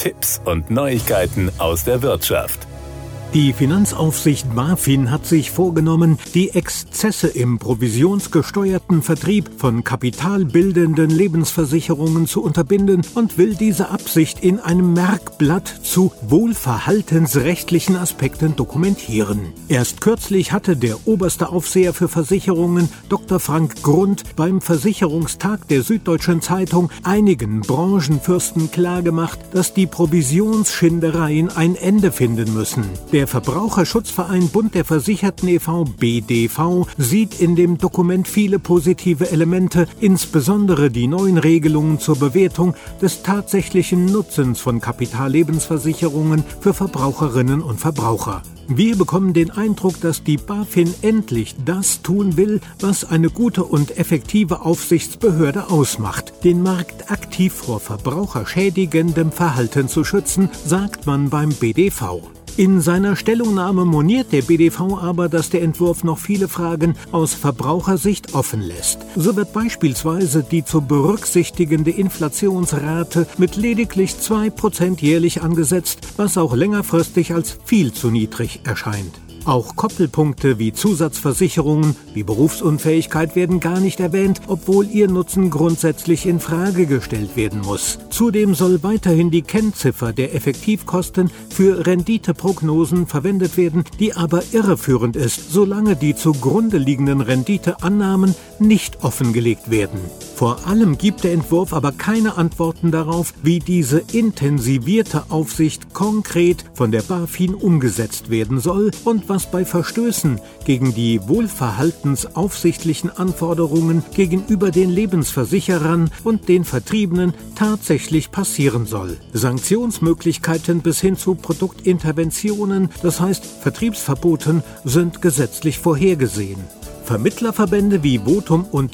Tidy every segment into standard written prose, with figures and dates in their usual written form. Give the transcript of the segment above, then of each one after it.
Tipps und Neuigkeiten aus der Wirtschaft. Die Finanzaufsicht BaFin hat sich vorgenommen, die Exzesse im provisionsgesteuerten Vertrieb von kapitalbildenden Lebensversicherungen zu unterbinden und will diese Absicht in einem Merkblatt zu wohlverhaltensrechtlichen Aspekten dokumentieren. Erst kürzlich hatte der oberste Aufseher für Versicherungen, Dr. Frank Grund, beim Versicherungstag der Süddeutschen Zeitung einigen Branchenfürsten klargemacht, dass die Provisionsschindereien ein Ende finden müssen. Der Verbraucherschutzverein Bund der Versicherten e.V. BDV sieht in dem Dokument viele positive Elemente, insbesondere die neuen Regelungen zur Bewertung des tatsächlichen Nutzens von Kapitallebensversicherungen für Verbraucherinnen und Verbraucher. Wir bekommen den Eindruck, dass die BaFin endlich das tun will, was eine gute und effektive Aufsichtsbehörde ausmacht: den Markt aktiv vor verbraucherschädigendem Verhalten zu schützen, sagt man beim BDV. In seiner Stellungnahme moniert der BDV aber, dass der Entwurf noch viele Fragen aus Verbrauchersicht offen lässt. So wird beispielsweise die zu berücksichtigende Inflationsrate mit lediglich 2% jährlich angesetzt, was auch längerfristig als viel zu niedrig erscheint. Auch Koppelpunkte wie Zusatzversicherungen wie Berufsunfähigkeit werden gar nicht erwähnt, obwohl ihr Nutzen grundsätzlich in Frage gestellt werden muss. Zudem soll weiterhin die Kennziffer der Effektivkosten für Renditeprognosen verwendet werden, die aber irreführend ist, solange die zugrunde liegenden Renditeannahmen nicht offengelegt werden. Vor allem gibt der Entwurf aber keine Antworten darauf, wie diese intensivierte Aufsicht konkret von der BaFin umgesetzt werden soll und was bei Verstößen gegen die wohlverhaltensaufsichtlichen Anforderungen gegenüber den Lebensversicherern und den Vertriebenen tatsächlich passieren soll. Sanktionsmöglichkeiten bis hin zu Produktinterventionen, das heißt Vertriebsverboten, sind gesetzlich vorhergesehen. Vermittlerverbände wie Votum und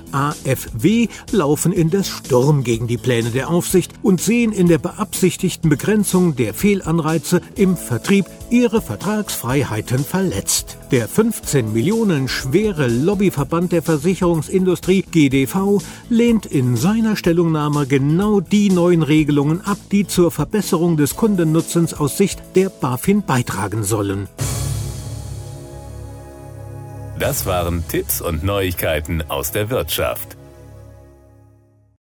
AfW laufen indes Sturm gegen die Pläne der Aufsicht und sehen in der beabsichtigten Begrenzung der Fehlanreize im Vertrieb ihre Vertragsfreiheiten verletzt. Der 15 Millionen schwere Lobbyverband der Versicherungsindustrie GDV lehnt in seiner Stellungnahme genau die neuen Regelungen ab, die zur Verbesserung des Kundennutzens aus Sicht der BaFin beitragen sollen. Das waren Tipps und Neuigkeiten aus der Wirtschaft.